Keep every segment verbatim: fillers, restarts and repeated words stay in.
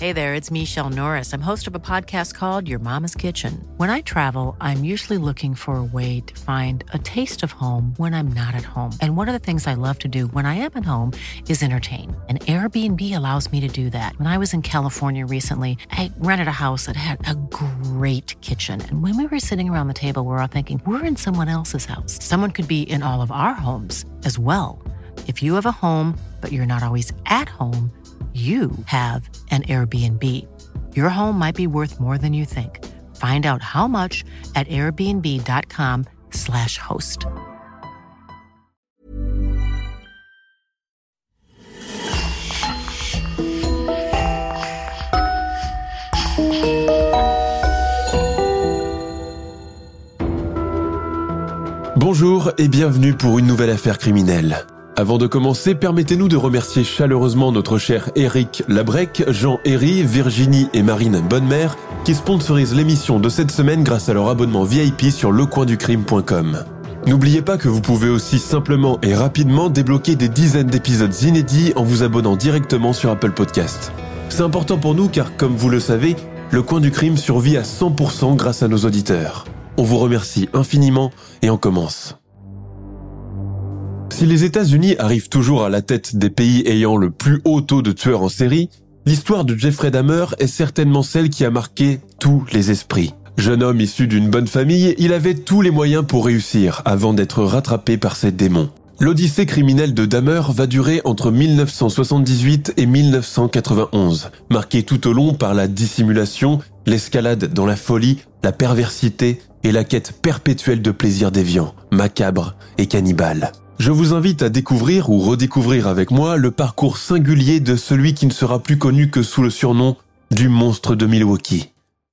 Hey there, it's Michelle Norris. I'm host of a podcast called Your Mama's Kitchen. When I travel, I'm usually looking for a way to find a taste of home when I'm not at home. And one of the things I love to do when I am at home is entertain. And Airbnb allows me to do that. When I was in California recently, I rented a house that had a great kitchen. And when we were sitting around the table, we were all thinking, we're in someone else's house. Someone could be in all of our homes as well. If you have a home, but you're not always at home, you have an Airbnb. Your home might be worth more than you think. Find out how much at airbnb.com slash host. Bonjour et bienvenue pour une nouvelle affaire criminelle. Avant de commencer, permettez-nous de remercier chaleureusement notre cher Éric Labrec, Jean Herry, Virginie et Marine Bonnemère qui sponsorisent l'émission de cette semaine grâce à leur abonnement V I P sur lecoinducrime point com. N'oubliez pas que vous pouvez aussi simplement et rapidement débloquer des dizaines d'épisodes inédits en vous abonnant directement sur Apple Podcast. C'est important pour nous car, comme vous le savez, Le Coin du Crime survit à cent pour cent grâce à nos auditeurs. On vous remercie infiniment et on commence. Si les États-Unis arrivent toujours à la tête des pays ayant le plus haut taux de tueurs en série, l'histoire de Jeffrey Dahmer est certainement celle qui a marqué tous les esprits. Jeune homme issu d'une bonne famille, il avait tous les moyens pour réussir avant d'être rattrapé par ses démons. L'odyssée criminelle de Dahmer va durer entre dix-neuf cent soixante-dix-huit et dix-neuf cent quatre-vingt-onze, marquée tout au long par la dissimulation, l'escalade dans la folie, la perversité et la quête perpétuelle de plaisirs déviants, macabres et cannibales. Je vous invite à découvrir ou redécouvrir avec moi le parcours singulier de celui qui ne sera plus connu que sous le surnom du monstre de Milwaukee.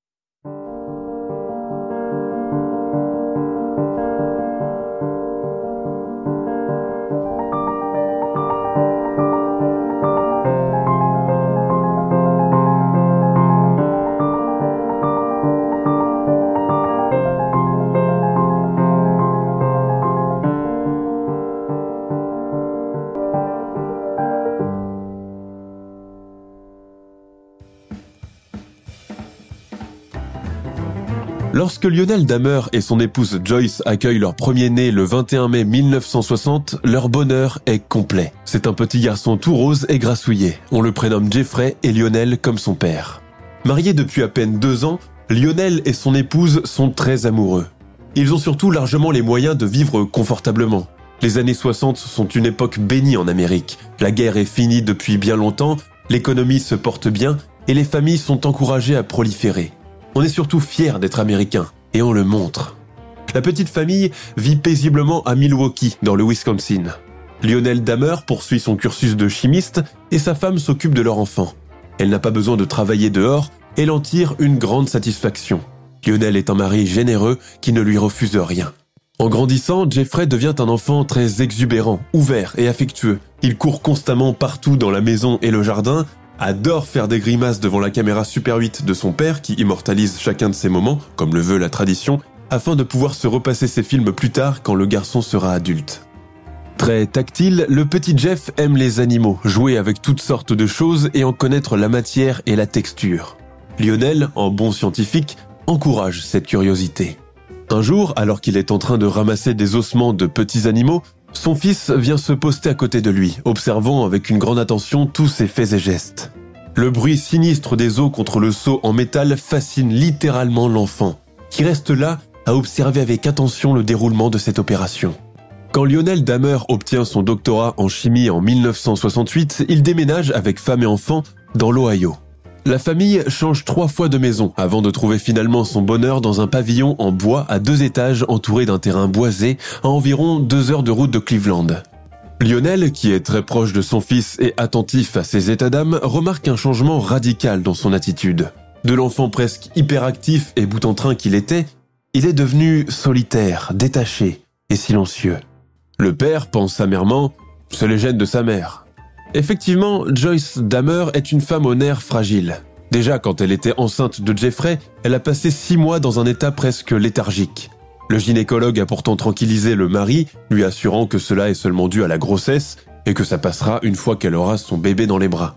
Lorsque Lionel Dahmer et son épouse Joyce accueillent leur premier-né le vingt et un mai dix-neuf cent soixante, leur bonheur est complet. C'est un petit garçon tout rose et grassouillet. On le prénomme Jeffrey et Lionel comme son père. Mariés depuis à peine deux ans, Lionel et son épouse sont très amoureux. Ils ont surtout largement les moyens de vivre confortablement. Les années soixante sont une époque bénie en Amérique. La guerre est finie depuis bien longtemps, l'économie se porte bien et les familles sont encouragées à proliférer. On est surtout fiers d'être américains, et on le montre. La petite famille vit paisiblement à Milwaukee, dans le Wisconsin. Lionel Dahmer poursuit son cursus de chimiste et sa femme s'occupe de leur enfant. Elle n'a pas besoin de travailler dehors, elle en tire une grande satisfaction. Lionel est un mari généreux qui ne lui refuse rien. En grandissant, Jeffrey devient un enfant très exubérant, ouvert et affectueux. Il court constamment partout dans la maison et le jardin, adore faire des grimaces devant la caméra Super huit de son père qui immortalise chacun de ses moments, comme le veut la tradition, afin de pouvoir se repasser ses films plus tard quand le garçon sera adulte. Très tactile, le petit Jeff aime les animaux, jouer avec toutes sortes de choses et en connaître la matière et la texture. Lionel, en bon scientifique, encourage cette curiosité. Un jour, alors qu'il est en train de ramasser des ossements de petits animaux, son fils vient se poster à côté de lui, observant avec une grande attention tous ses faits et gestes. Le bruit sinistre des os contre le seau en métal fascine littéralement l'enfant, qui reste là à observer avec attention le déroulement de cette opération. Quand Lionel Dahmer obtient son doctorat en chimie en dix-neuf cent soixante-huit, il déménage avec femme et enfants dans l'Ohio. La famille change trois fois de maison avant de trouver finalement son bonheur dans un pavillon en bois à deux étages entouré d'un terrain boisé à environ deux heures de route de Cleveland. Lionel, qui est très proche de son fils et attentif à ses états d'âme, remarque un changement radical dans son attitude. De l'enfant presque hyperactif et boute-en-train qu'il était, il est devenu solitaire, détaché et silencieux. Le père pense amèrement « c'est les gènes de sa mère ». Effectivement, Joyce Dahmer est une femme aux nerfs fragiles. Déjà, quand elle était enceinte de Jeffrey, elle a passé six mois dans un état presque léthargique. Le gynécologue a pourtant tranquillisé le mari, lui assurant que cela est seulement dû à la grossesse et que ça passera une fois qu'elle aura son bébé dans les bras.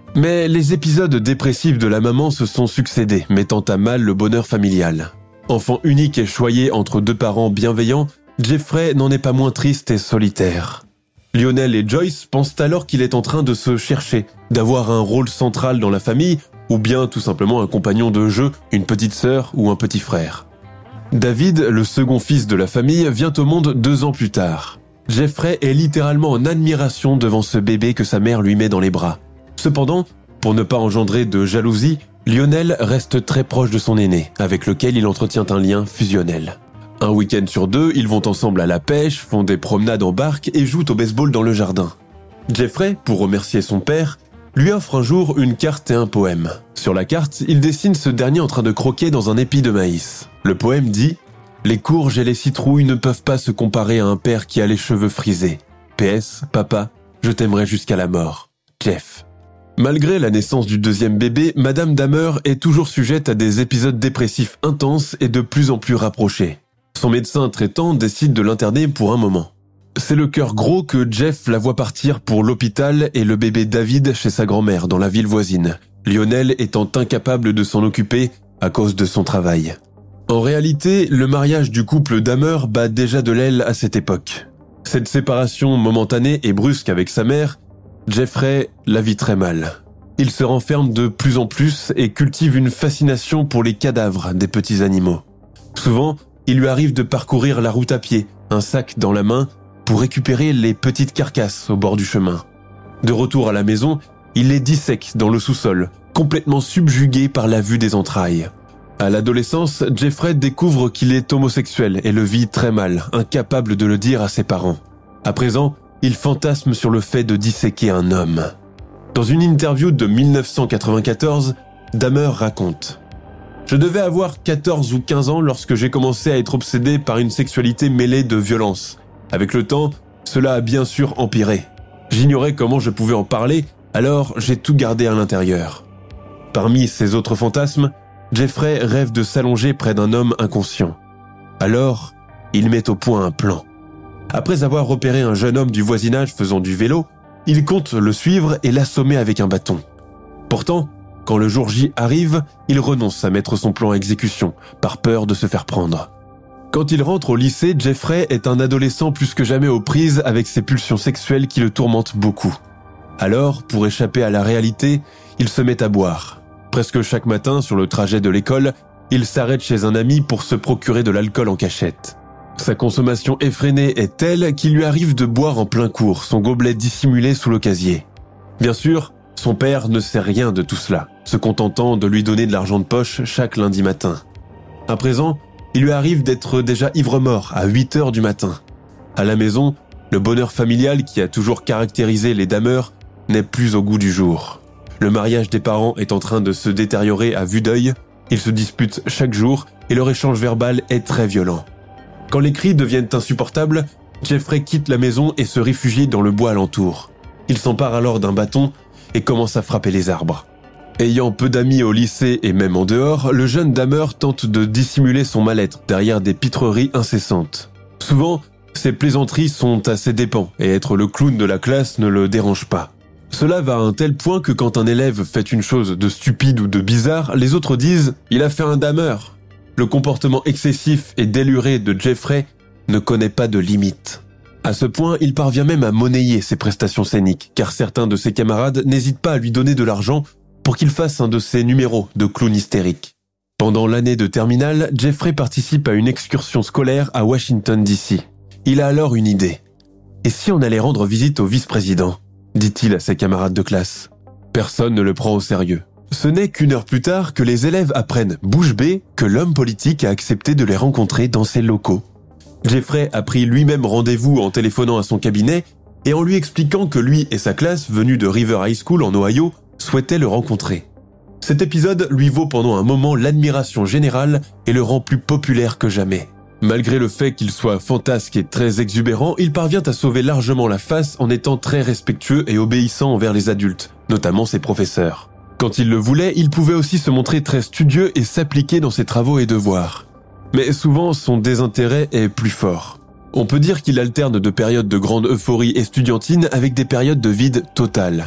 Mais les épisodes dépressifs de la maman se sont succédés, mettant à mal le bonheur familial. Enfant unique et choyé entre deux parents bienveillants, Jeffrey n'en est pas moins triste et solitaire. Lionel et Joyce pensent alors qu'il est en train de se chercher, d'avoir un rôle central dans la famille, ou bien tout simplement un compagnon de jeu, une petite sœur ou un petit frère. David, le second fils de la famille, vient au monde deux ans plus tard. Jeffrey est littéralement en admiration devant ce bébé que sa mère lui met dans les bras. Cependant, pour ne pas engendrer de jalousie, Lionel reste très proche de son aîné, avec lequel il entretient un lien fusionnel. Un week-end sur deux, ils vont ensemble à la pêche, font des promenades en barque et jouent au baseball dans le jardin. Jeffrey, pour remercier son père, lui offre un jour une carte et un poème. Sur la carte, il dessine ce dernier en train de croquer dans un épi de maïs. Le poème dit « Les courges et les citrouilles ne peuvent pas se comparer à un père qui a les cheveux frisés. P S, papa, je t'aimerai jusqu'à la mort. Jeff ». Malgré la naissance du deuxième bébé, Madame Dahmer est toujours sujette à des épisodes dépressifs intenses et de plus en plus rapprochés. Son médecin traitant décide de l'interner pour un moment. C'est le cœur gros que Jeff la voit partir pour l'hôpital et le bébé David chez sa grand-mère dans la ville voisine, Lionel étant incapable de s'en occuper à cause de son travail. En réalité, le mariage du couple Dahmer bat déjà de l'aile à cette époque. Cette séparation momentanée et brusque avec sa mère, Jeffrey la vit très mal. Il se renferme de plus en plus et cultive une fascination pour les cadavres des petits animaux. Souvent, il lui arrive de parcourir la route à pied, un sac dans la main, pour récupérer les petites carcasses au bord du chemin. De retour à la maison, il les dissèque dans le sous-sol, complètement subjugué par la vue des entrailles. À l'adolescence, Jeffrey découvre qu'il est homosexuel et le vit très mal, incapable de le dire à ses parents. À présent, il fantasme sur le fait de disséquer un homme. Dans une interview de dix-neuf cent quatre-vingt-quatorze, Dahmer raconte « Je devais avoir quatorze ou quinze ans lorsque j'ai commencé à être obsédé par une sexualité mêlée de violence. Avec le temps, cela a bien sûr empiré. J'ignorais comment je pouvais en parler, alors j'ai tout gardé à l'intérieur. » Parmi ses autres fantasmes, Jeffrey rêve de s'allonger près d'un homme inconscient. Alors, il met au point un plan. Après avoir repéré un jeune homme du voisinage faisant du vélo, il compte le suivre et l'assommer avec un bâton. Pourtant, quand le jour J arrive, il renonce à mettre son plan à exécution, par peur de se faire prendre. Quand il rentre au lycée, Jeffrey est un adolescent plus que jamais aux prises avec ses pulsions sexuelles qui le tourmentent beaucoup. Alors, pour échapper à la réalité, il se met à boire. Presque chaque matin, sur le trajet de l'école, il s'arrête chez un ami pour se procurer de l'alcool en cachette. Sa consommation effrénée est telle qu'il lui arrive de boire en plein cours, son gobelet dissimulé sous le casier. Bien sûr, son père ne sait rien de tout cela, se contentant de lui donner de l'argent de poche chaque lundi matin. À présent, il lui arrive d'être déjà ivre-mort à huit heures du matin. À la maison, le bonheur familial qui a toujours caractérisé les Dahmer n'est plus au goût du jour. Le mariage des parents est en train de se détériorer à vue d'œil, ils se disputent chaque jour et leur échange verbal est très violent. Quand les cris deviennent insupportables, Jeffrey quitte la maison et se réfugie dans le bois alentour. Il s'empare alors d'un bâton et commence à frapper les arbres. Ayant peu d'amis au lycée et même en dehors, le jeune Dahmer tente de dissimuler son mal-être derrière des pitreries incessantes. Souvent, ses plaisanteries sont à ses dépens et être le clown de la classe ne le dérange pas. Cela va à un tel point que quand un élève fait une chose de stupide ou de bizarre, les autres disent « il a fait un Dahmer ». Le comportement excessif et déluré de Jeffrey ne connaît pas de limite. À ce point, il parvient même à monnayer ses prestations scéniques, car certains de ses camarades n'hésitent pas à lui donner de l'argent pour qu'il fasse un de ses numéros de clown hystérique. Pendant l'année de terminale, Jeffrey participe à une excursion scolaire à Washington D C. Il a alors une idée. « Et si on allait rendre visite au vice-président ?» dit-il à ses camarades de classe. Personne ne le prend au sérieux. Ce n'est qu'une heure plus tard que les élèves apprennent bouche bée que l'homme politique a accepté de les rencontrer dans ses locaux. Jeffrey a pris lui-même rendez-vous en téléphonant à son cabinet et en lui expliquant que lui et sa classe, venus de River High School en Ohio, souhaitaient le rencontrer. Cet épisode lui vaut pendant un moment l'admiration générale et le rend plus populaire que jamais. Malgré le fait qu'il soit fantasque et très exubérant, il parvient à sauver largement la face en étant très respectueux et obéissant envers les adultes, notamment ses professeurs. Quand il le voulait, il pouvait aussi se montrer très studieux et s'appliquer dans ses travaux et devoirs. Mais souvent, son désintérêt est plus fort. On peut dire qu'il alterne de périodes de grande euphorie estudiantine avec des périodes de vide total.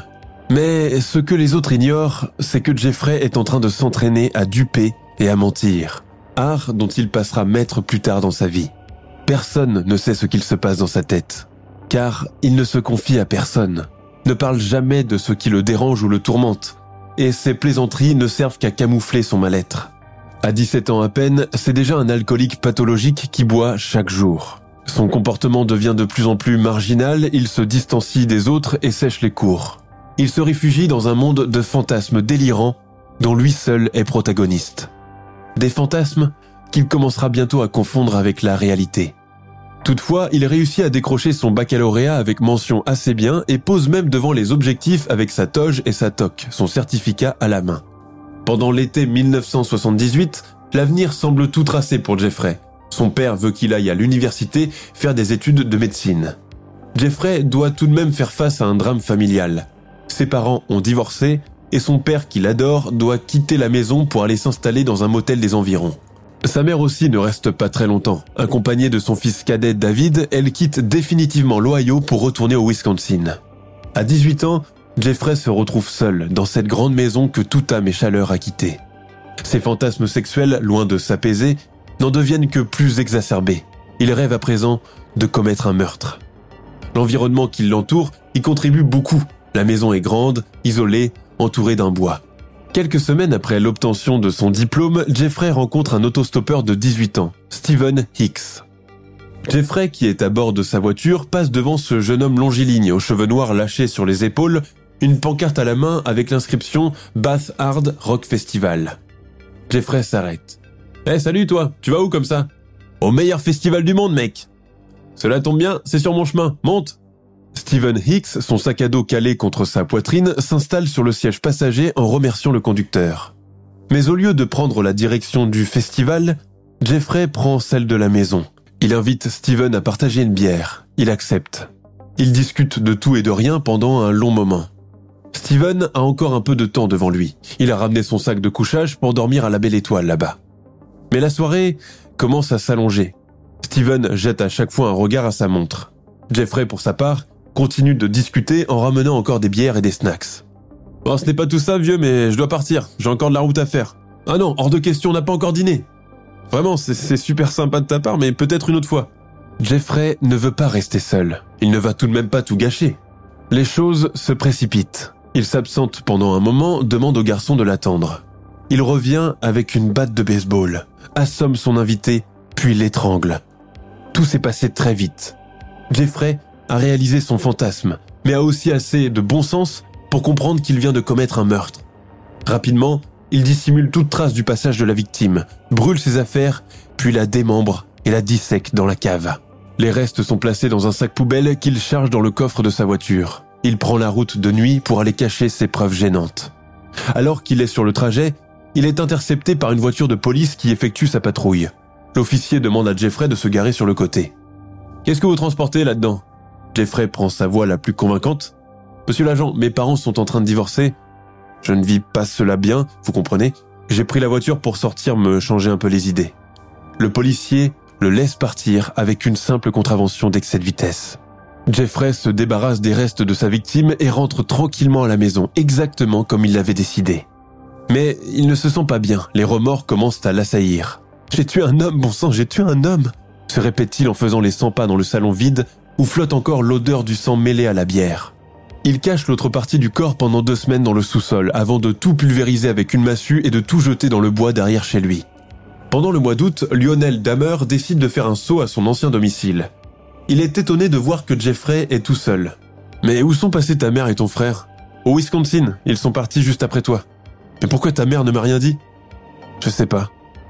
Mais ce que les autres ignorent, c'est que Jeffrey est en train de s'entraîner à duper et à mentir, art dont il passera maître plus tard dans sa vie. Personne ne sait ce qu'il se passe dans sa tête, car il ne se confie à personne, ne parle jamais de ce qui le dérange ou le tourmente, et ses plaisanteries ne servent qu'à camoufler son mal-être. À dix-sept ans à peine, c'est déjà un alcoolique pathologique qui boit chaque jour. Son comportement devient de plus en plus marginal, il se distancie des autres et sèche les cours. Il se réfugie dans un monde de fantasmes délirants dont lui seul est protagoniste. Des fantasmes qu'il commencera bientôt à confondre avec la réalité. Toutefois, il réussit à décrocher son baccalauréat avec mention assez bien et pose même devant les objectifs avec sa toge et sa toque, son certificat à la main. Pendant l'été mille neuf cent soixante-dix-huit, l'avenir semble tout tracé pour Jeffrey. Son père veut qu'il aille à l'université faire des études de médecine. Jeffrey doit tout de même faire face à un drame familial. Ses parents ont divorcé et son père, qui l'adore, doit quitter la maison pour aller s'installer dans un motel des environs. Sa mère aussi ne reste pas très longtemps. Accompagnée de son fils cadet David, elle quitte définitivement l'Ohio pour retourner au Wisconsin. À dix-huit ans, Jeffrey se retrouve seul dans cette grande maison que toute âme et chaleur a quittée. Ses fantasmes sexuels, loin de s'apaiser, n'en deviennent que plus exacerbés. Il rêve à présent de commettre un meurtre. L'environnement qui l'entoure y contribue beaucoup. La maison est grande, isolée, entourée d'un bois. Quelques semaines après l'obtention de son diplôme, Jeffrey rencontre un autostoppeur de dix-huit ans, Stephen Hicks. Jeffrey, qui est à bord de sa voiture, passe devant ce jeune homme longiligne, aux cheveux noirs lâchés sur les épaules, une pancarte à la main avec l'inscription « Bath Hard Rock Festival ». Jeffrey s'arrête. « Eh, hey, salut toi, tu vas où comme ça ?»« Au meilleur festival du monde, mec !»« Cela tombe bien, c'est sur mon chemin, monte !» Stephen Hicks, son sac à dos calé contre sa poitrine, s'installe sur le siège passager en remerciant le conducteur. Mais au lieu de prendre la direction du festival, Jeffrey prend celle de la maison. Il invite Stephen à partager une bière. Il accepte. Ils discutent de tout et de rien pendant un long moment. Stephen a encore un peu de temps devant lui. Il a ramené son sac de couchage pour dormir à la Belle Étoile là-bas. Mais la soirée commence à s'allonger. Stephen jette à chaque fois un regard à sa montre. Jeffrey, pour sa part, continue de discuter en ramenant encore des bières et des snacks. « Bon, ce n'est pas tout ça, vieux, mais je dois partir. J'ai encore de la route à faire. Ah non, hors de question, on n'a pas encore dîné. Vraiment, c'est, c'est super sympa de ta part, mais peut-être une autre fois. » Jeffrey ne veut pas rester seul. Il ne va tout de même pas tout gâcher. Les choses se précipitent. Il s'absente pendant un moment, demande au garçon de l'attendre. Il revient avec une batte de baseball, assomme son invité, puis l'étrangle. Tout s'est passé très vite. Jeffrey a réalisé son fantasme, mais a aussi assez de bon sens pour comprendre qu'il vient de commettre un meurtre. Rapidement, il dissimule toute trace du passage de la victime, brûle ses affaires, puis la démembre et la dissèque dans la cave. Les restes sont placés dans un sac poubelle qu'il charge dans le coffre de sa voiture. Il prend la route de nuit pour aller cacher ses preuves gênantes. Alors qu'il est sur le trajet, il est intercepté par une voiture de police qui effectue sa patrouille. L'officier demande à Jeffrey de se garer sur le côté. « Qu'est-ce que vous transportez là-dedans ?» Jeffrey prend sa voix la plus convaincante. « Monsieur l'agent, mes parents sont en train de divorcer. Je ne vis pas cela bien, vous comprenez. J'ai pris la voiture pour sortir me changer un peu les idées. » Le policier le laisse partir avec une simple contravention d'excès de vitesse. Jeffrey se débarrasse des restes de sa victime et rentre tranquillement à la maison, exactement comme il l'avait décidé. Mais il ne se sent pas bien, les remords commencent à l'assaillir. « J'ai tué un homme, bon sang, j'ai tué un homme !» se répète-t-il en faisant les cent pas dans le salon vide où flotte encore l'odeur du sang mêlé à la bière. Il cache l'autre partie du corps pendant deux semaines dans le sous-sol avant de tout pulvériser avec une massue et de tout jeter dans le bois derrière chez lui. Pendant le mois d'août, Lionel Dahmer décide de faire un saut à son ancien domicile. Il est étonné de voir que Jeffrey est tout seul. « Mais où sont passés ta mère et ton frère ?»« Au Wisconsin, ils sont partis juste après toi. »« Mais pourquoi ta mère ne m'a rien dit ?»« Je sais pas. »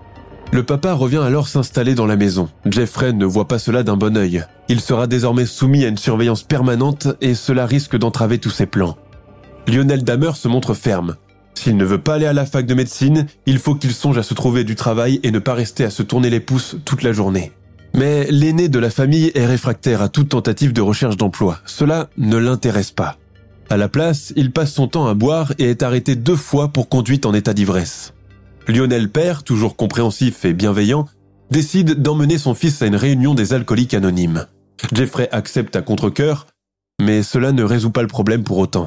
Le papa revient alors s'installer dans la maison. Jeffrey ne voit pas cela d'un bon œil. Il sera désormais soumis à une surveillance permanente et cela risque d'entraver tous ses plans. Lionel Dahmer se montre ferme. S'il ne veut pas aller à la fac de médecine, il faut qu'il songe à se trouver du travail et ne pas rester à se tourner les pouces toute la journée. Mais l'aîné de la famille est réfractaire à toute tentative de recherche d'emploi. Cela ne l'intéresse pas. À la place, il passe son temps à boire et est arrêté deux fois pour conduite en état d'ivresse. Lionel père, toujours compréhensif et bienveillant, décide d'emmener son fils à une réunion des alcooliques anonymes. Jeffrey accepte à contre-cœur, mais cela ne résout pas le problème pour autant.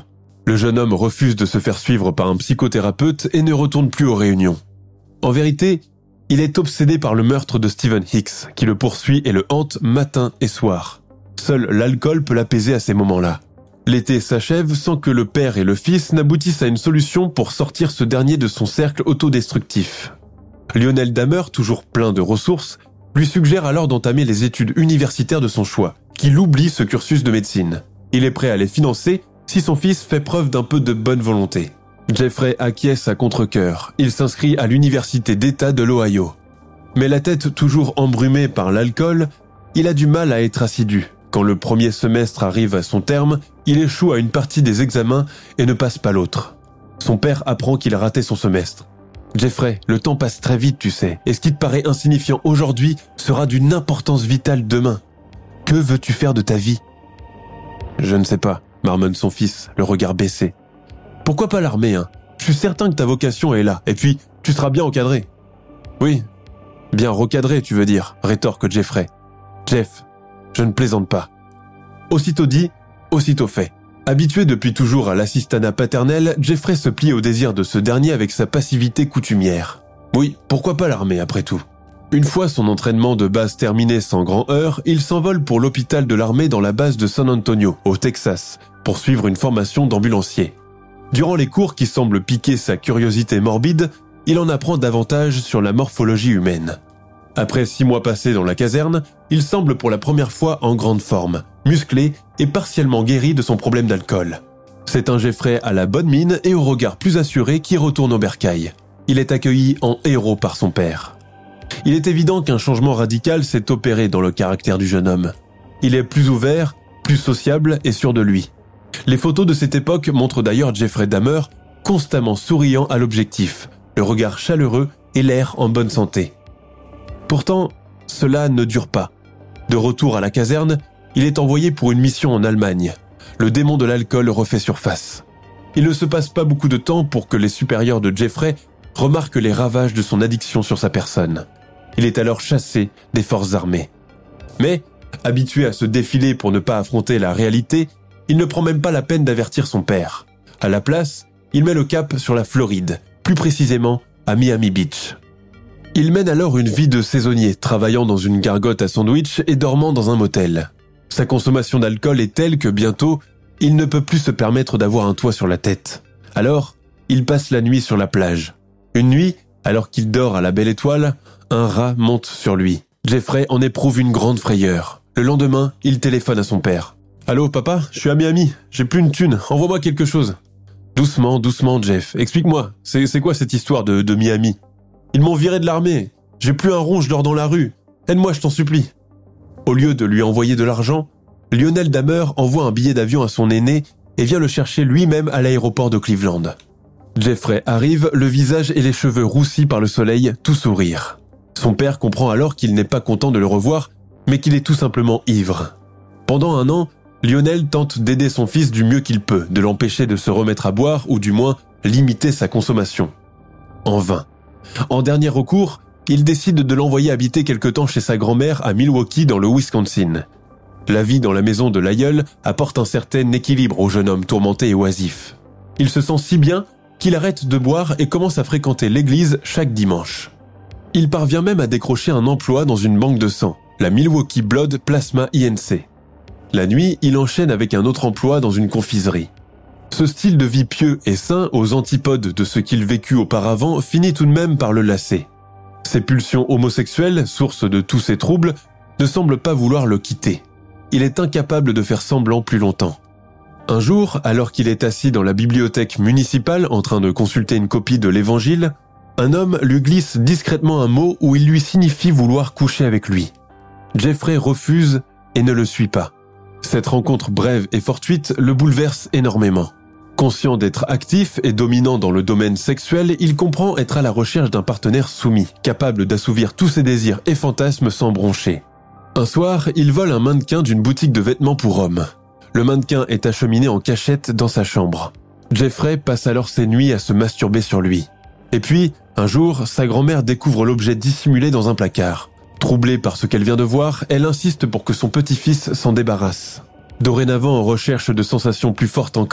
Le jeune homme refuse de se faire suivre par un psychothérapeute et ne retourne plus aux réunions. En vérité, il est obsédé par le meurtre de Stephen Hicks, qui le poursuit et le hante matin et soir. Seul l'alcool peut l'apaiser à ces moments-là. L'été s'achève sans que le père et le fils n'aboutissent à une solution pour sortir ce dernier de son cercle autodestructif. Lionel Dahmer, toujours plein de ressources, lui suggère alors d'entamer les études universitaires de son choix, qu'il oublie ce cursus de médecine. Il est prêt à les financer si son fils fait preuve d'un peu de bonne volonté. Jeffrey acquiesce à contre-cœur. Il s'inscrit à l'université d'État de l'Ohio. Mais la tête toujours embrumée par l'alcool, il a du mal à être assidu. Quand le premier semestre arrive à son terme, il échoue à une partie des examens et ne passe pas l'autre. Son père apprend qu'il a raté son semestre. « Jeffrey, le temps passe très vite, tu sais, et ce qui te paraît insignifiant aujourd'hui sera d'une importance vitale demain. Que veux-tu faire de ta vie ?»« Je ne sais pas, » marmonne son fils, le regard baissé. « Pourquoi pas l'armée, hein ? Je suis certain que ta vocation est là, et puis tu seras bien encadré. »« Oui, bien recadré, tu veux dire, » rétorque Jeffrey. « Jeff, je ne plaisante pas. » Aussitôt dit, aussitôt fait. Habitué depuis toujours à l'assistanat paternel, Jeffrey se plie au désir de ce dernier avec sa passivité coutumière. Oui, pourquoi pas l'armée après tout ? Une fois son entraînement de base terminé sans grand heurt, il s'envole pour l'hôpital de l'armée dans la base de San Antonio, au Texas, pour suivre une formation d'ambulancier. Durant les cours qui semblent piquer sa curiosité morbide, il en apprend davantage sur la morphologie humaine. Après six mois passés dans la caserne, il semble pour la première fois en grande forme, musclé et partiellement guéri de son problème d'alcool. C'est un Jeffrey à la bonne mine et au regard plus assuré qui retourne au bercail. Il est accueilli en héros par son père. Il est évident qu'un changement radical s'est opéré dans le caractère du jeune homme. Il est plus ouvert, plus sociable et sûr de lui. Les photos de cette époque montrent d'ailleurs Jeffrey Dahmer constamment souriant à l'objectif, le regard chaleureux et l'air en bonne santé. Pourtant, cela ne dure pas. De retour à la caserne, il est envoyé pour une mission en Allemagne. Le démon de l'alcool refait surface. Il ne se passe pas beaucoup de temps pour que les supérieurs de Jeffrey remarquent les ravages de son addiction sur sa personne. Il est alors chassé des forces armées. Mais, habitué à se défiler pour ne pas affronter la réalité, il ne prend même pas la peine d'avertir son père. À la place, il met le cap sur la Floride, plus précisément à Miami Beach. Il mène alors une vie de saisonnier, travaillant dans une gargote à sandwich et dormant dans un motel. Sa consommation d'alcool est telle que bientôt, il ne peut plus se permettre d'avoir un toit sur la tête. Alors, il passe la nuit sur la plage. Une nuit, alors qu'il dort à la belle étoile, un rat monte sur lui. Jeffrey en éprouve une grande frayeur. Le lendemain, il téléphone à son père. « Allô, papa, je suis à Miami, j'ai plus une thune, envoie-moi quelque chose. »« Doucement, doucement, Jeff, explique-moi, c'est, c'est quoi cette histoire de, de Miami ? Ils m'ont viré de l'armée, j'ai plus un rond, je dors dans la rue. Aide-moi, je t'en supplie. » Au lieu de lui envoyer de l'argent, Lionel Dahmer envoie un billet d'avion à son aîné et vient le chercher lui-même à l'aéroport de Cleveland. Jeffrey arrive, le visage et les cheveux roussis par le soleil, tout sourire. Son père comprend alors qu'il n'est pas content de le revoir, mais qu'il est tout simplement ivre. Pendant un an, Lionel tente d'aider son fils du mieux qu'il peut, de l'empêcher de se remettre à boire ou du moins limiter sa consommation. En vain. En dernier recours, il décide de l'envoyer habiter quelque temps chez sa grand-mère à Milwaukee dans le Wisconsin. La vie dans la maison de l'aïeul apporte un certain équilibre au jeune homme tourmenté et oisif. Il se sent si bien qu'il arrête de boire et commence à fréquenter l'église chaque dimanche. Il parvient même à décrocher un emploi dans une banque de sang, la Milwaukee Blood Plasma Inc. La nuit, il enchaîne avec un autre emploi dans une confiserie. Ce style de vie pieux et sain, aux antipodes de ce qu'il vécut auparavant, finit tout de même par le lasser. Ses pulsions homosexuelles, source de tous ses troubles, ne semblent pas vouloir le quitter. Il est incapable de faire semblant plus longtemps. Un jour, alors qu'il est assis dans la bibliothèque municipale en train de consulter une copie de l'Évangile, un homme lui glisse discrètement un mot où il lui signifie vouloir coucher avec lui. Jeffrey refuse et ne le suit pas. Cette rencontre brève et fortuite le bouleverse énormément. Conscient d'être actif et dominant dans le domaine sexuel, il comprend être à la recherche d'un partenaire soumis, capable d'assouvir tous ses désirs et fantasmes sans broncher. Un soir, il vole un mannequin d'une boutique de vêtements pour hommes. Le mannequin est acheminé en cachette dans sa chambre. Jeffrey passe alors ses nuits à se masturber sur lui. Et puis, un jour, sa grand-mère découvre l'objet dissimulé dans un placard. Troublée par ce qu'elle vient de voir, elle insiste pour que son petit-fils s'en débarrasse. Dorénavant en recherche de sensations plus fortes encore,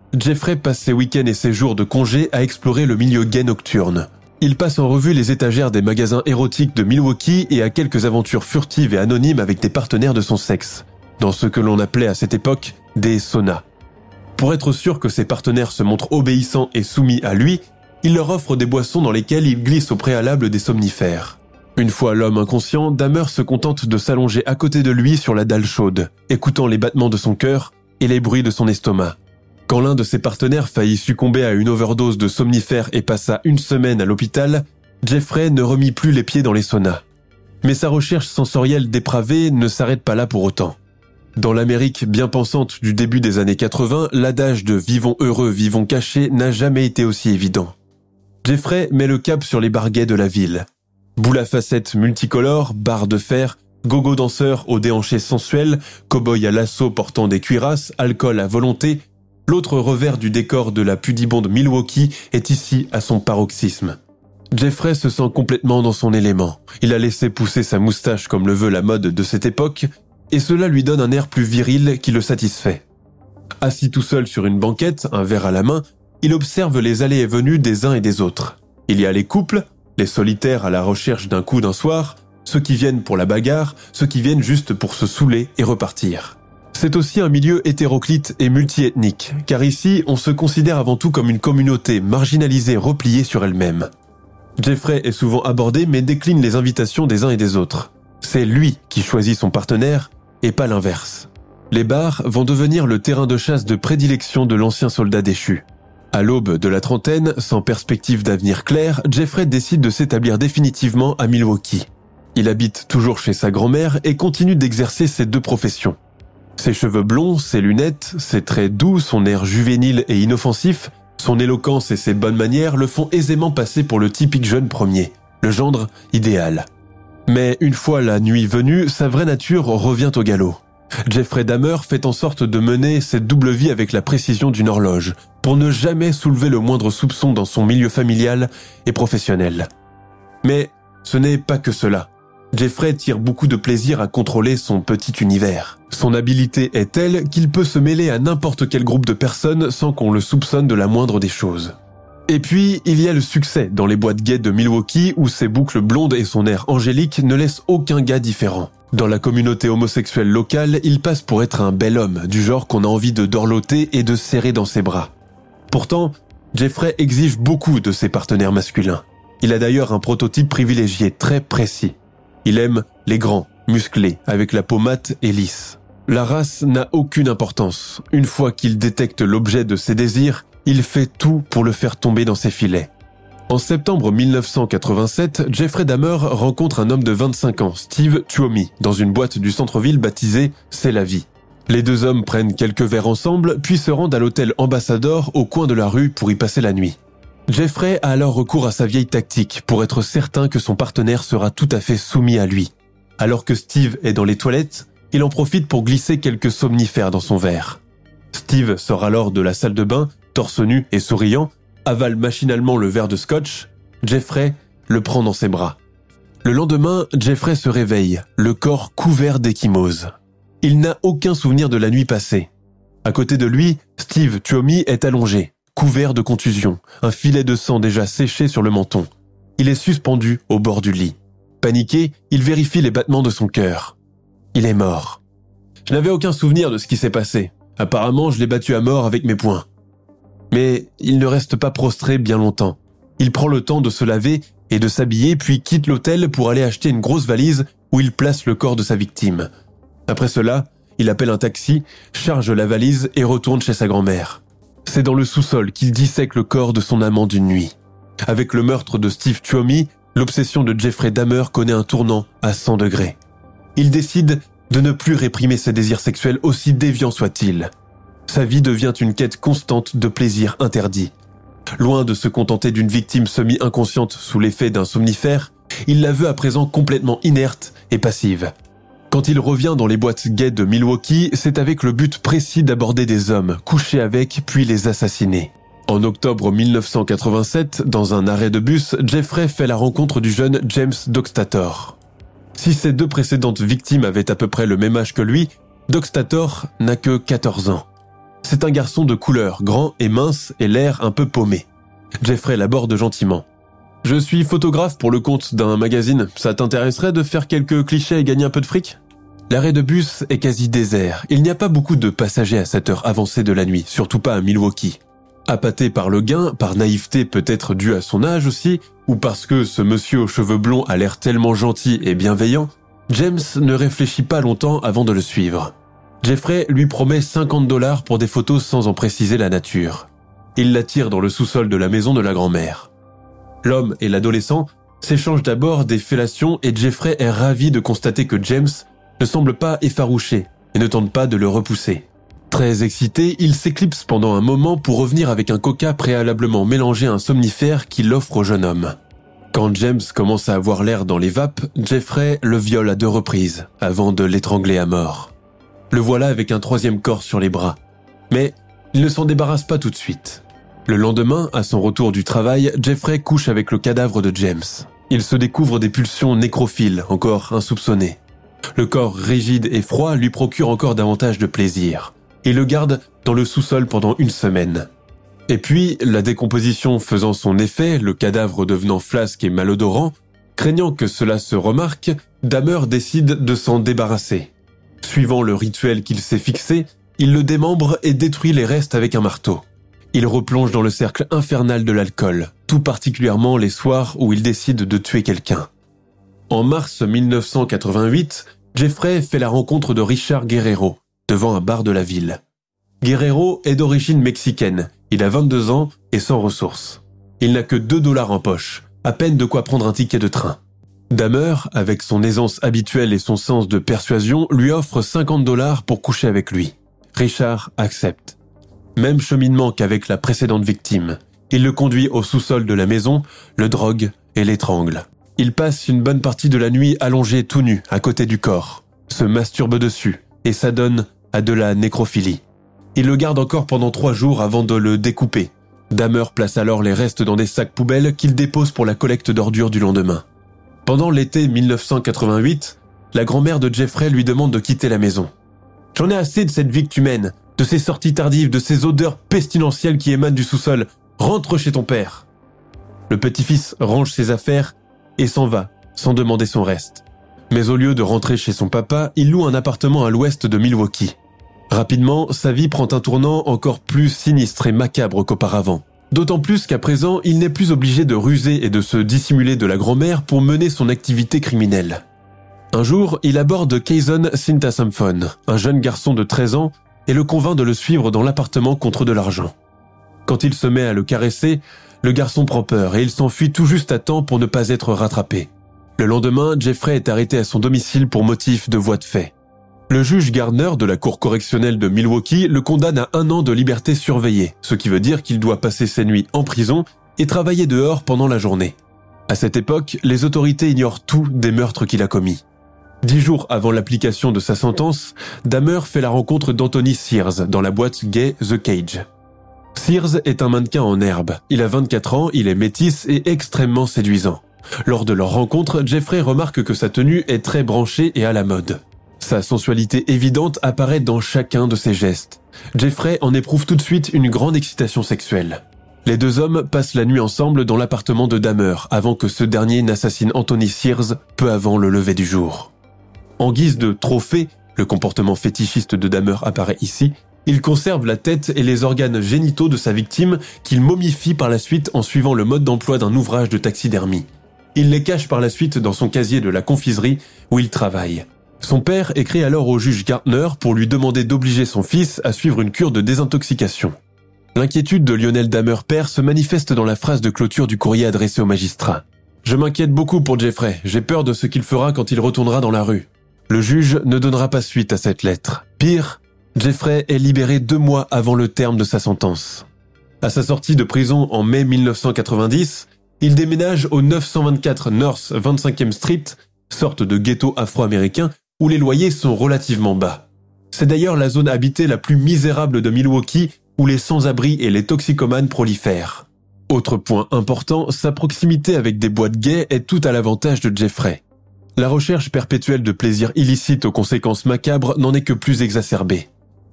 Jeffrey passe ses week-ends et ses jours de congé à explorer le milieu gay nocturne. Il passe en revue les étagères des magasins érotiques de Milwaukee et a quelques aventures furtives et anonymes avec des partenaires de son sexe, dans ce que l'on appelait à cette époque des saunas. Pour être sûr que ses partenaires se montrent obéissants et soumis à lui, il leur offre des boissons dans lesquelles il glisse au préalable des somnifères. Une fois l'homme inconscient, Dahmer se contente de s'allonger à côté de lui sur la dalle chaude, écoutant les battements de son cœur et les bruits de son estomac. Quand l'un de ses partenaires faillit succomber à une overdose de somnifères et passa une semaine à l'hôpital, Jeffrey ne remit plus les pieds dans les saunas. Mais sa recherche sensorielle dépravée ne s'arrête pas là pour autant. Dans l'Amérique bien pensante du début des années quatre-vingts, l'adage de « vivons heureux, vivons cachés » n'a jamais été aussi évident. Jeffrey met le cap sur les bars gays de la ville. Boules à facettes multicolores, barres de fer, gogo danseurs aux déhanchés sensuels, cow-boys à l'assaut portant des cuirasses, alcool à volonté, l'autre revers du décor de la pudibonde Milwaukee est ici à son paroxysme. Jeffrey se sent complètement dans son élément. Il a laissé pousser sa moustache comme le veut la mode de cette époque, et cela lui donne un air plus viril qui le satisfait. Assis tout seul sur une banquette, un verre à la main, il observe les allées et venues des uns et des autres. Il y a les couples, les solitaires à la recherche d'un coup d'un soir, ceux qui viennent pour la bagarre, ceux qui viennent juste pour se saouler et repartir. C'est aussi un milieu hétéroclite et multiethnique, car ici, on se considère avant tout comme une communauté marginalisée repliée sur elle-même. Jeffrey est souvent abordé mais décline les invitations des uns et des autres. C'est lui qui choisit son partenaire et pas l'inverse. Les bars vont devenir le terrain de chasse de prédilection de l'ancien soldat déchu. À l'aube de la trentaine, sans perspective d'avenir clair, Jeffrey décide de s'établir définitivement à Milwaukee. Il habite toujours chez sa grand-mère et continue d'exercer ses deux professions. Ses cheveux blonds, ses lunettes, ses traits doux, son air juvénile et inoffensif, son éloquence et ses bonnes manières le font aisément passer pour le typique jeune premier, le gendre idéal. Mais une fois la nuit venue, sa vraie nature revient au galop. Jeffrey Dahmer fait en sorte de mener cette double vie avec la précision d'une horloge, pour ne jamais soulever le moindre soupçon dans son milieu familial et professionnel. Mais ce n'est pas que cela. Jeffrey tire beaucoup de plaisir à contrôler son petit univers. Son habileté est telle qu'il peut se mêler à n'importe quel groupe de personnes sans qu'on le soupçonne de la moindre des choses. Et puis, il y a le succès dans les boîtes gays de Milwaukee où ses boucles blondes et son air angélique ne laissent aucun gars différent. Dans la communauté homosexuelle locale, il passe pour être un bel homme, du genre qu'on a envie de dorloter et de serrer dans ses bras. Pourtant, Jeffrey exige beaucoup de ses partenaires masculins. Il a d'ailleurs un prototype privilégié très précis. Il aime les grands, musclés, avec la peau mate et lisse. La race n'a aucune importance. Une fois qu'il détecte l'objet de ses désirs, il fait tout pour le faire tomber dans ses filets. En septembre mille neuf cent quatre-vingt-sept, Jeffrey Dahmer rencontre un homme de vingt-cinq ans, Steve Tuomi, dans une boîte du centre-ville baptisée « C'est la vie ». Les deux hommes prennent quelques verres ensemble, puis se rendent à l'hôtel Ambassador au coin de la rue pour y passer la nuit. Jeffrey a alors recours à sa vieille tactique pour être certain que son partenaire sera tout à fait soumis à lui. Alors que Steve est dans les toilettes, il en profite pour glisser quelques somnifères dans son verre. Steve sort alors de la salle de bain, torse nu et souriant, avale machinalement le verre de scotch. Jeffrey le prend dans ses bras. Le lendemain, Jeffrey se réveille, le corps couvert d'ecchymose. Il n'a aucun souvenir de la nuit passée. À côté de lui, Steve Tuomi est allongé, couvert de contusions, un filet de sang déjà séché sur le menton. Il est suspendu au bord du lit. Paniqué, il vérifie les battements de son cœur. Il est mort. Je n'avais aucun souvenir de ce qui s'est passé. Apparemment, je l'ai battu à mort avec mes poings. Mais il ne reste pas prostré bien longtemps. Il prend le temps de se laver et de s'habiller, puis quitte l'hôtel pour aller acheter une grosse valise où il place le corps de sa victime. Après cela, il appelle un taxi, charge la valise et retourne chez sa grand-mère. C'est dans le sous-sol qu'il dissèque le corps de son amant d'une nuit. Avec le meurtre de Steve Tuomi, l'obsession de Jeffrey Dahmer connaît un tournant à cent degrés. Il décide de ne plus réprimer ses désirs sexuels aussi déviants soient-ils. Sa vie devient une quête constante de plaisirs interdits. Loin de se contenter d'une victime semi-inconsciente sous l'effet d'un somnifère, il la veut à présent complètement inerte et passive. Quand il revient dans les boîtes gays de Milwaukee, c'est avec le but précis d'aborder des hommes, coucher avec, puis les assassiner. En octobre mille neuf cent quatre-vingt-sept, dans un arrêt de bus, Jeffrey fait la rencontre du jeune James Dockstator. Si ses deux précédentes victimes avaient à peu près le même âge que lui, Dockstator n'a que quatorze ans. C'est un garçon de couleur, grand et mince et l'air un peu paumé. Jeffrey l'aborde gentiment. « Je suis photographe pour le compte d'un magazine. Ça t'intéresserait de faire quelques clichés et gagner un peu de fric ?» L'arrêt de bus est quasi désert. Il n'y a pas beaucoup de passagers à cette heure avancée de la nuit, surtout pas à Milwaukee. Appâté par le gain, par naïveté peut-être due à son âge aussi, ou parce que ce monsieur aux cheveux blonds a l'air tellement gentil et bienveillant, James ne réfléchit pas longtemps avant de le suivre. Jeffrey lui promet cinquante dollars pour des photos sans en préciser la nature. Il l'attire dans le sous-sol de la maison de la grand-mère. L'homme et l'adolescent s'échangent d'abord des fellations et Jeffrey est ravi de constater que James ne semble pas effarouché et ne tente pas de le repousser. Très excité, il s'éclipse pendant un moment pour revenir avec un coca préalablement mélangé à un somnifère qu'il offre au jeune homme. Quand James commence à avoir l'air dans les vapes, Jeffrey le viole à deux reprises avant de l'étrangler à mort. Le voilà avec un troisième corps sur les bras. Mais il ne s'en débarrasse pas tout de suite. Le lendemain, à son retour du travail, Jeffrey couche avec le cadavre de James. Il se découvre des pulsions nécrophiles, encore insoupçonnées. Le corps rigide et froid lui procure encore davantage de plaisir. Il le garde dans le sous-sol pendant une semaine. Et puis, la décomposition faisant son effet, le cadavre devenant flasque et malodorant, craignant que cela se remarque, Dahmer décide de s'en débarrasser. Suivant le rituel qu'il s'est fixé, il le démembre et détruit les restes avec un marteau. Il replonge dans le cercle infernal de l'alcool, tout particulièrement les soirs où il décide de tuer quelqu'un. En mars mille neuf cent quatre-vingt-huit, Jeffrey fait la rencontre de Richard Guerrero, devant un bar de la ville. Guerrero est d'origine mexicaine, il a vingt-deux ans et sans ressources. Il n'a que deux dollars en poche, à peine de quoi prendre un ticket de train. Dahmer, avec son aisance habituelle et son sens de persuasion, lui offre cinquante dollars pour coucher avec lui. Richard accepte. Même cheminement qu'avec la précédente victime. Il le conduit au sous-sol de la maison, le drogue et l'étrangle. Il passe une bonne partie de la nuit allongé tout nu à côté du corps, se masturbe dessus et s'adonne à de la nécrophilie. Il le garde encore pendant trois jours avant de le découper. Dahmer place alors les restes dans des sacs poubelles qu'il dépose pour la collecte d'ordures du lendemain. Pendant l'été mille neuf cent quatre-vingt-huit, la grand-mère de Jeffrey lui demande de quitter la maison. « J'en ai assez de cette vie que tu mènes, de ces sorties tardives, de ces odeurs pestilentielles qui émanent du sous-sol. Rentre chez ton père. » Le petit-fils range ses affaires et s'en va, sans demander son reste. Mais au lieu de rentrer chez son papa, il loue un appartement à l'ouest de Milwaukee. Rapidement, sa vie prend un tournant encore plus sinistre et macabre qu'auparavant. D'autant plus qu'à présent, il n'est plus obligé de ruser et de se dissimuler de la grand-mère pour mener son activité criminelle. Un jour, il aborde Kayson Sintasamphon, un jeune garçon de treize ans, et le convainc de le suivre dans l'appartement contre de l'argent. Quand il se met à le caresser, le garçon prend peur et il s'enfuit tout juste à temps pour ne pas être rattrapé. Le lendemain, Jeffrey est arrêté à son domicile pour motif de voie de fait. Le juge Gardner de la cour correctionnelle de Milwaukee le condamne à un an de liberté surveillée, ce qui veut dire qu'il doit passer ses nuits en prison et travailler dehors pendant la journée. À cette époque, les autorités ignorent tout des meurtres qu'il a commis. Dix jours avant l'application de sa sentence, Dahmer fait la rencontre d'Anthony Sears dans la boîte gay The Cage. Sears est un mannequin en herbe. Il a vingt-quatre ans, il est métis et extrêmement séduisant. Lors de leur rencontre, Jeffrey remarque que sa tenue est très branchée et à la mode. Sa sensualité évidente apparaît dans chacun de ses gestes. Jeffrey en éprouve tout de suite une grande excitation sexuelle. Les deux hommes passent la nuit ensemble dans l'appartement de Dahmer avant que ce dernier n'assassine Anthony Sears peu avant le lever du jour. En guise de trophée, le comportement fétichiste de Dahmer apparaît ici, il conserve la tête et les organes génitaux de sa victime qu'il momifie par la suite en suivant le mode d'emploi d'un ouvrage de taxidermie. Il les cache par la suite dans son casier de la confiserie où il travaille. Son père écrit alors au juge Gardner pour lui demander d'obliger son fils à suivre une cure de désintoxication. L'inquiétude de Lionel Dahmer père se manifeste dans la phrase de clôture du courrier adressé au magistrat. « Je m'inquiète beaucoup pour Jeffrey, j'ai peur de ce qu'il fera quand il retournera dans la rue. » Le juge ne donnera pas suite à cette lettre. Pire, Jeffrey est libéré deux mois avant le terme de sa sentence. À sa sortie de prison en mai mille neuf cent quatre-vingt-dix, il déménage au neuf cent vingt-quatre North vingt-cinquième Street, sorte de ghetto afro-américain où les loyers sont relativement bas. C'est d'ailleurs la zone habitée la plus misérable de Milwaukee où les sans-abri et les toxicomanes prolifèrent. Autre point important, sa proximité avec des boîtes gays est tout à l'avantage de Jeffrey. La recherche perpétuelle de plaisirs illicites aux conséquences macabres n'en est que plus exacerbée.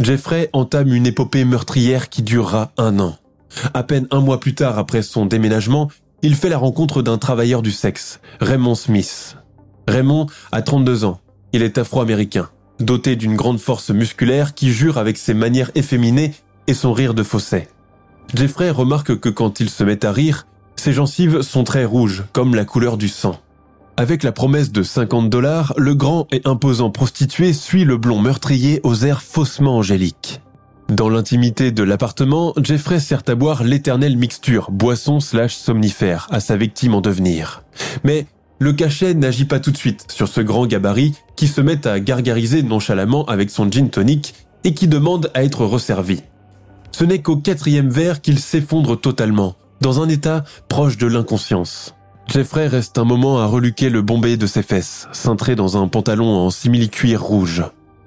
Jeffrey entame une épopée meurtrière qui durera un an. À peine un mois plus tard après son déménagement, il fait la rencontre d'un travailleur du sexe, Raymond Smith. Raymond a trente-deux ans. Il est afro-américain, doté d'une grande force musculaire qui jure avec ses manières efféminées et son rire de fausset. Jeffrey remarque que quand il se met à rire, ses gencives sont très rouges, comme la couleur du sang. Avec la promesse de cinquante dollars, le grand et imposant prostitué suit le blond meurtrier aux airs faussement angéliques. Dans l'intimité de l'appartement, Jeffrey sert à boire l'éternelle mixture, boisson slash somnifère, à sa victime en devenir. Mais le cachet n'agit pas tout de suite sur ce grand gabarit qui se met à gargariser nonchalamment avec son gin tonic et qui demande à être resservi. Ce n'est qu'au quatrième verre qu'il s'effondre totalement, dans un état proche de l'inconscience. Jeffrey reste un moment à reluquer le bombé de ses fesses, cintré dans un pantalon en simili-cuir rouge.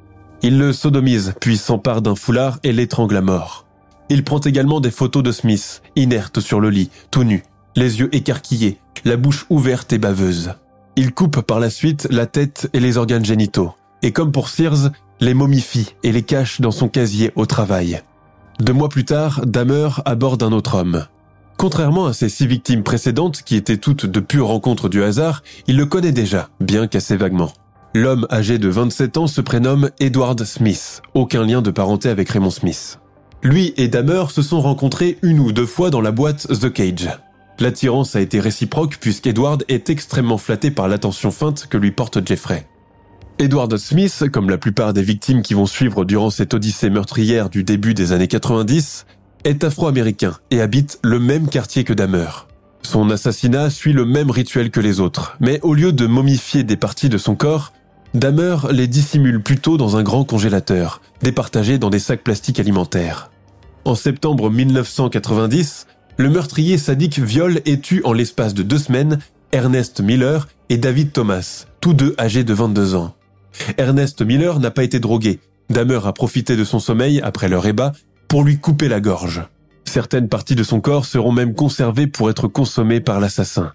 Il le sodomise, puis s'empare d'un foulard et l'étrangle à mort. Il prend également des photos de Smith, inerte sur le lit, tout nu, les yeux écarquillés, la bouche ouverte et baveuse. Il coupe par la suite la tête et les organes génitaux, et comme pour Sears, les momifie et les cache dans son casier au travail. Deux mois plus tard, Dahmer aborde un autre homme. Contrairement à ses six victimes précédentes, qui étaient toutes de pures rencontres du hasard, il le connaît déjà, bien qu'assez vaguement. L'homme âgé de vingt-sept ans se prénomme Edward Smith, aucun lien de parenté avec Raymond Smith. Lui et Dahmer se sont rencontrés une ou deux fois dans la boîte The Cage. L'attirance a été réciproque puisqu'Edward est extrêmement flatté par l'attention feinte que lui porte Jeffrey. Edward Smith, comme la plupart des victimes qui vont suivre durant cette odyssée meurtrière du début des années quatre-vingt-dix, est afro-américain et habite le même quartier que Dahmer. Son assassinat suit le même rituel que les autres, mais au lieu de momifier des parties de son corps, Dahmer les dissimule plutôt dans un grand congélateur, départagé dans des sacs plastiques alimentaires. En septembre mille neuf cent quatre-vingt-dix, le meurtrier sadique viole et tue en l'espace de deux semaines Ernest Miller et David Thomas, tous deux âgés de vingt-deux ans. Ernest Miller n'a pas été drogué. Dahmer a profité de son sommeil après leur ébat pour lui couper la gorge. Certaines parties de son corps seront même conservées pour être consommées par l'assassin.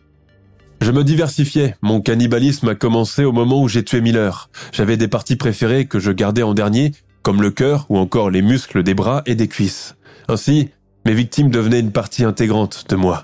Je me diversifiais, mon cannibalisme a commencé au moment où j'ai tué Miller. J'avais des parties préférées que je gardais en dernier, comme le cœur ou encore les muscles des bras et des cuisses. Ainsi, mes victimes devenaient une partie intégrante de moi.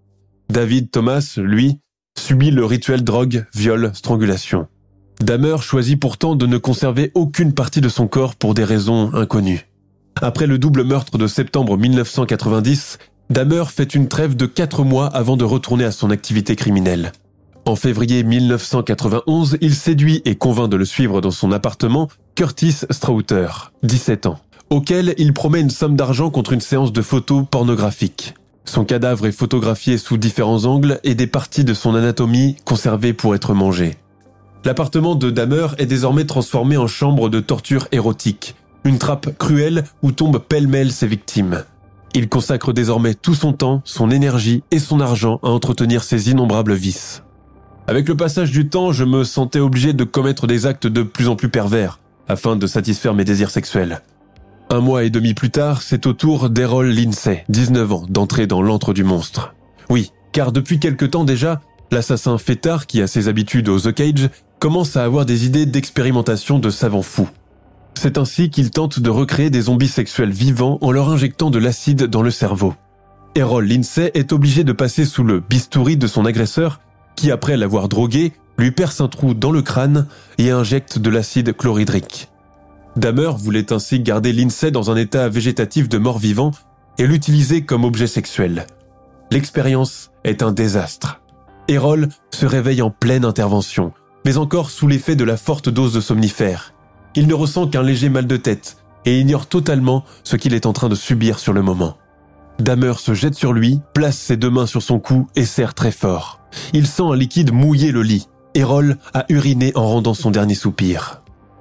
David Thomas, lui, subit le rituel drogue, viol, strangulation. Dahmer choisit pourtant de ne conserver aucune partie de son corps pour des raisons inconnues. Après le double meurtre de septembre mille neuf cent quatre-vingt-dix, Dahmer fait une trêve de quatre mois avant de retourner à son activité criminelle. En février mille neuf cent quatre-vingt-onze, il séduit et convainc de le suivre dans son appartement Curtis Strauter, dix-sept ans, auquel il promet une somme d'argent contre une séance de photos pornographiques. Son cadavre est photographié sous différents angles et des parties de son anatomie conservées pour être mangées. L'appartement de Dahmer est désormais transformé en chambre de torture érotique, une trappe cruelle où tombent pêle-mêle ses victimes. Il consacre désormais tout son temps, son énergie et son argent à entretenir ses innombrables vices. Avec le passage du temps, je me sentais obligé de commettre des actes de plus en plus pervers, afin de satisfaire mes désirs sexuels. Un mois et demi plus tard, c'est au tour d'Errol Lindsay, dix-neuf ans, d'entrer dans l'antre du monstre. Oui, car depuis quelque temps déjà, l'assassin fêtard qui a ses habitudes au The Cage commence à avoir des idées d'expérimentation de savant fou. C'est ainsi qu'il tente de recréer des zombies sexuels vivants en leur injectant de l'acide dans le cerveau. Errol Lindsay est obligé de passer sous le bistouri de son agresseur qui, après l'avoir drogué, lui perce un trou dans le crâne et injecte de l'acide chlorhydrique. Dahmer voulait ainsi garder Lindsay dans un état végétatif de mort-vivant et l'utiliser comme objet sexuel. L'expérience est un désastre. Errol se réveille en pleine intervention, mais encore sous l'effet de la forte dose de somnifères. Il ne ressent qu'un léger mal de tête et ignore totalement ce qu'il est en train de subir sur le moment. Dahmer se jette sur lui, place ses deux mains sur son cou et serre très fort. Il sent un liquide mouiller le lit. Errol a uriné en rendant son dernier soupir.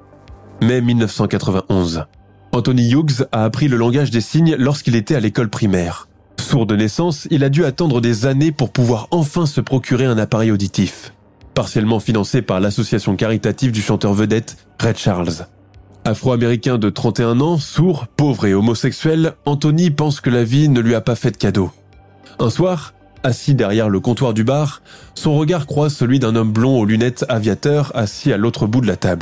Mai mille neuf cent quatre-vingt-onze. Anthony Hughes a appris le langage des signes lorsqu'il était à l'école primaire. Sourd de naissance, il a dû attendre des années pour pouvoir enfin se procurer un appareil auditif. Partiellement financé par l'association caritative du chanteur vedette Ray Charles. Afro-américain de trente et un ans, sourd, pauvre et homosexuel, Anthony pense que la vie ne lui a pas fait de cadeau. Un soir, assis derrière le comptoir du bar, son regard croise celui d'un homme blond aux lunettes aviateur assis à l'autre bout de la table.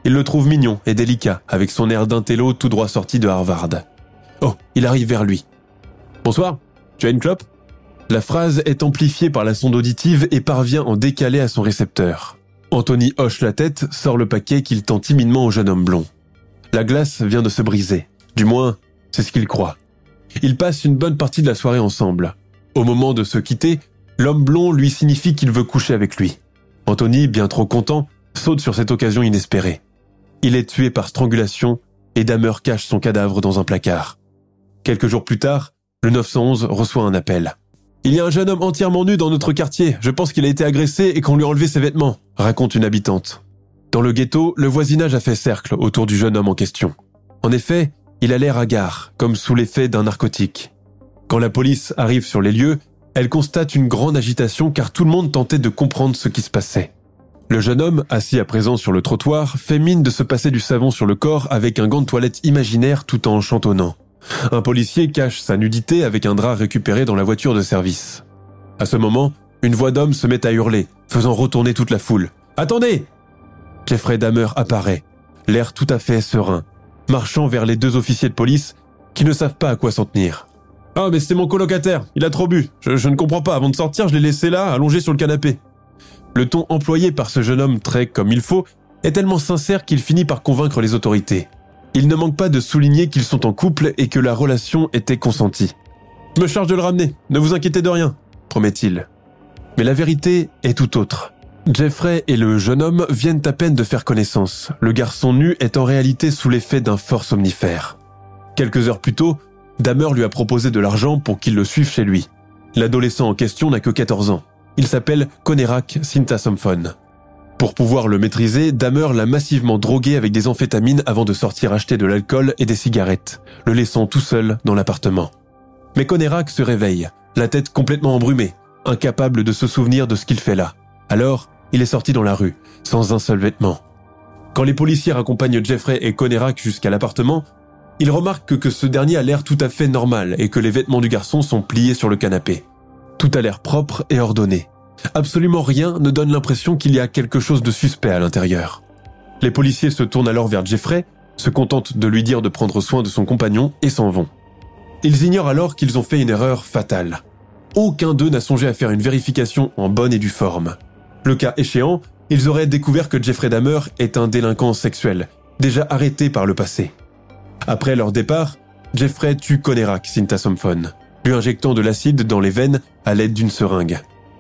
Il le trouve mignon et délicat, avec son air d'intello tout droit sorti de Harvard. Oh, il arrive vers lui. « Bonsoir, tu as une clope ?» La phrase est amplifiée par la sonde auditive et parvient en décalé à son récepteur. Anthony hoche la tête, sort le paquet qu'il tend timidement au jeune homme blond. La glace vient de se briser. Du moins, c'est ce qu'il croit. Ils passent une bonne partie de la soirée ensemble. Au moment de se quitter, l'homme blond lui signifie qu'il veut coucher avec lui. Anthony, bien trop content, saute sur cette occasion inespérée. Il est tué par strangulation et Dahmer cache son cadavre dans un placard. Quelques jours plus tard, le neuf cent onze reçoit un appel. « Il y a un jeune homme entièrement nu dans notre quartier. Je pense qu'il a été agressé et qu'on lui a enlevé ses vêtements », raconte une habitante. Dans le ghetto, le voisinage a fait cercle autour du jeune homme en question. En effet, il a l'air hagard, comme sous l'effet d'un narcotique. Quand la police arrive sur les lieux, elle constate une grande agitation car tout le monde tentait de comprendre ce qui se passait. Le jeune homme, assis à présent sur le trottoir, fait mine de se passer du savon sur le corps avec un gant de toilette imaginaire tout en chantonnant. Un policier cache sa nudité avec un drap récupéré dans la voiture de service. À ce moment, une voix d'homme se met à hurler, faisant retourner toute la foule. « Attendez !» Jeffrey Dahmer apparaît, l'air tout à fait serein, marchant vers les deux officiers de police qui ne savent pas à quoi s'en tenir. « Ah, mais c'est mon colocataire, il a trop bu. Je, je ne comprends pas, avant de sortir, je l'ai laissé là, allongé sur le canapé. » Le ton employé par ce jeune homme très comme il faut est tellement sincère qu'il finit par convaincre les autorités. Il ne manque pas de souligner qu'ils sont en couple et que la relation était consentie. « Je me charge de le ramener, ne vous inquiétez de rien », promet-il. Mais la vérité est tout autre. Jeffrey et le jeune homme viennent à peine de faire connaissance. Le garçon nu est en réalité sous l'effet d'un fort somnifère. Quelques heures plus tôt, Dahmer lui a proposé de l'argent pour qu'il le suive chez lui. L'adolescent en question n'a que quatorze ans. Il s'appelle Conerak Sintasomphone. Pour pouvoir le maîtriser, Dahmer l'a massivement drogué avec des amphétamines avant de sortir acheter de l'alcool et des cigarettes, le laissant tout seul dans l'appartement. Mais Conerak se réveille, la tête complètement embrumée, incapable de se souvenir de ce qu'il fait là. Alors, il est sorti dans la rue, sans un seul vêtement. Quand les policiers raccompagnent Jeffrey et Conerak jusqu'à l'appartement, ils remarquent que ce dernier a l'air tout à fait normal et que les vêtements du garçon sont pliés sur le canapé. Tout a l'air propre et ordonné. Absolument rien ne donne l'impression qu'il y a quelque chose de suspect à l'intérieur. Les policiers se tournent alors vers Jeffrey, se contentent de lui dire de prendre soin de son compagnon et s'en vont. Ils ignorent alors qu'ils ont fait une erreur fatale. Aucun d'eux n'a songé à faire une vérification en bonne et due forme. Le cas échéant, ils auraient découvert que Jeffrey Dahmer est un délinquant sexuel, déjà arrêté par le passé. Après leur départ, Jeffrey tue Conerak Sintasomphone, lui injectant de l'acide dans les veines à l'aide d'une seringue.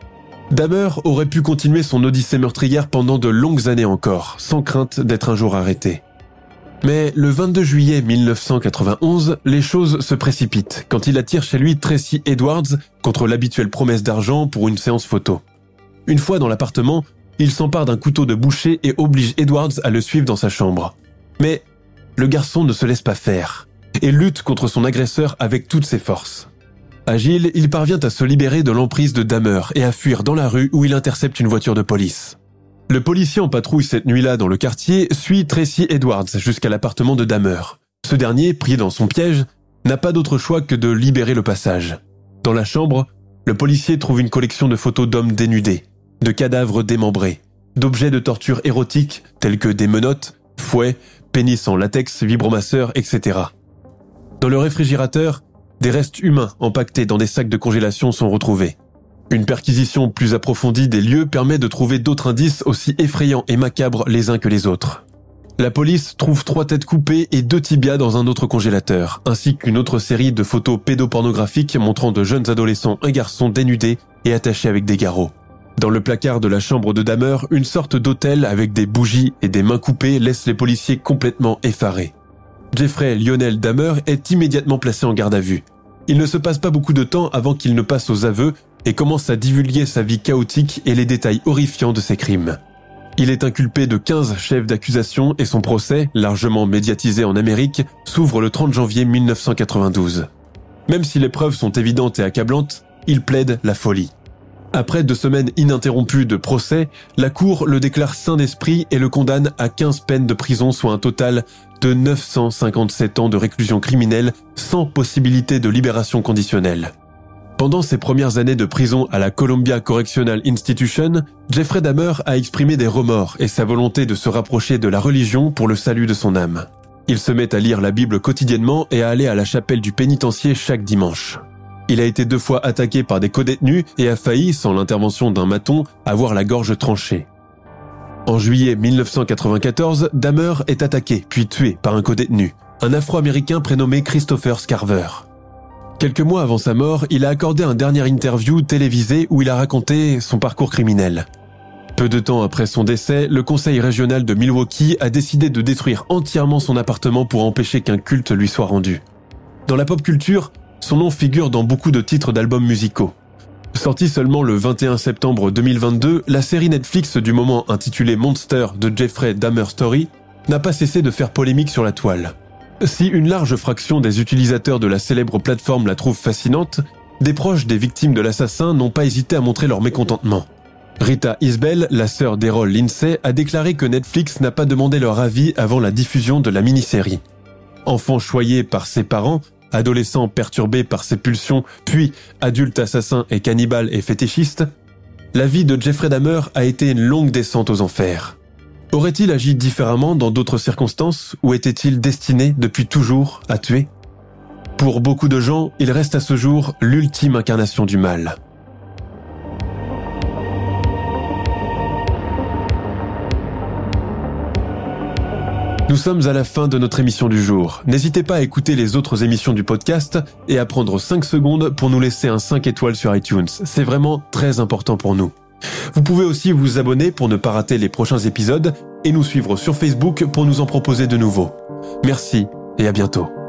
Dahmer aurait pu continuer son odyssée meurtrière pendant de longues années encore, sans crainte d'être un jour arrêté. Mais le vingt-deux juillet mille neuf cent quatre-vingt-onze, les choses se précipitent quand il attire chez lui Tracy Edwards contre l'habituelle promesse d'argent pour une séance photo. Une fois dans l'appartement, il s'empare d'un couteau de boucher et oblige Edwards à le suivre dans sa chambre. Mais le garçon ne se laisse pas faire et lutte contre son agresseur avec toutes ses forces. Agile, il parvient à se libérer de l'emprise de Dahmer et à fuir dans la rue où il intercepte une voiture de police. Le policier en patrouille cette nuit-là dans le quartier suit Tracy Edwards jusqu'à l'appartement de Dahmer. Ce dernier, pris dans son piège, n'a pas d'autre choix que de libérer le passage. Dans la chambre, le policier trouve une collection de photos d'hommes dénudés, de cadavres démembrés, d'objets de torture érotiques tels que des menottes, fouets, pénis en latex, vibromasseurs, et cetera. Dans le réfrigérateur, des restes humains empaquetés dans des sacs de congélation sont retrouvés. Une perquisition plus approfondie des lieux permet de trouver d'autres indices aussi effrayants et macabres les uns que les autres. La police trouve trois têtes coupées et deux tibias dans un autre congélateur, ainsi qu'une autre série de photos pédopornographiques montrant de jeunes adolescents et garçons dénudés et attachés avec des garrots. Dans le placard de la chambre de Dahmer, une sorte d'autel avec des bougies et des mains coupées laisse les policiers complètement effarés. Jeffrey Lionel Dahmer est immédiatement placé en garde à vue. Il ne se passe pas beaucoup de temps avant qu'il ne passe aux aveux et commence à divulguer sa vie chaotique et les détails horrifiants de ses crimes. Il est inculpé de quinze chefs d'accusation et son procès, largement médiatisé en Amérique, s'ouvre le trente janvier mille neuf cent quatre-vingt-douze. Même si les preuves sont évidentes et accablantes, il plaide la folie. Après deux semaines ininterrompues de procès, la cour le déclare sain d'esprit et le condamne à quinze peines de prison, soit un total de neuf cent cinquante-sept ans de réclusion criminelle sans possibilité de libération conditionnelle. Pendant ses premières années de prison à la Columbia Correctional Institution, Jeffrey Dahmer a exprimé des remords et sa volonté de se rapprocher de la religion pour le salut de son âme. Il se met à lire la Bible quotidiennement et à aller à la chapelle du pénitencier chaque dimanche. Il a été deux fois attaqué par des codétenus et a failli, sans l'intervention d'un maton, avoir la gorge tranchée. En juillet mille neuf cent quatre-vingt-quatorze, Dahmer est attaqué puis tué par un codétenu, un Afro-Américain prénommé Christopher Scarver. Quelques mois avant sa mort, il a accordé un dernier interview télévisé où il a raconté son parcours criminel. Peu de temps après son décès, le conseil régional de Milwaukee a décidé de détruire entièrement son appartement pour empêcher qu'un culte lui soit rendu. Dans la pop culture, son nom figure dans beaucoup de titres d'albums musicaux. Sortie seulement le vingt et un septembre deux mille vingt-deux, la série Netflix du moment intitulée Monster de Jeffrey Dahmer Story n'a pas cessé de faire polémique sur la toile. Si une large fraction des utilisateurs de la célèbre plateforme la trouve fascinante, des proches des victimes de l'assassin n'ont pas hésité à montrer leur mécontentement. Rita Isbell, la sœur d'Errol Lindsay, a déclaré que Netflix n'a pas demandé leur avis avant la diffusion de la mini-série. Enfant choyé par ses parents, adolescent perturbé par ses pulsions, puis adulte assassin et cannibale et fétichiste, la vie de Jeffrey Dahmer a été une longue descente aux enfers. Aurait-il agi différemment dans d'autres circonstances ou était-il destiné depuis toujours à tuer ? Pour beaucoup de gens, il reste à ce jour l'ultime incarnation du mal. Nous sommes à la fin de notre émission du jour. N'hésitez pas à écouter les autres émissions du podcast et à prendre cinq secondes pour nous laisser un cinq étoiles sur iTunes. C'est vraiment très important pour nous. Vous pouvez aussi vous abonner pour ne pas rater les prochains épisodes et nous suivre sur Facebook pour nous en proposer de nouveaux. Merci et à bientôt.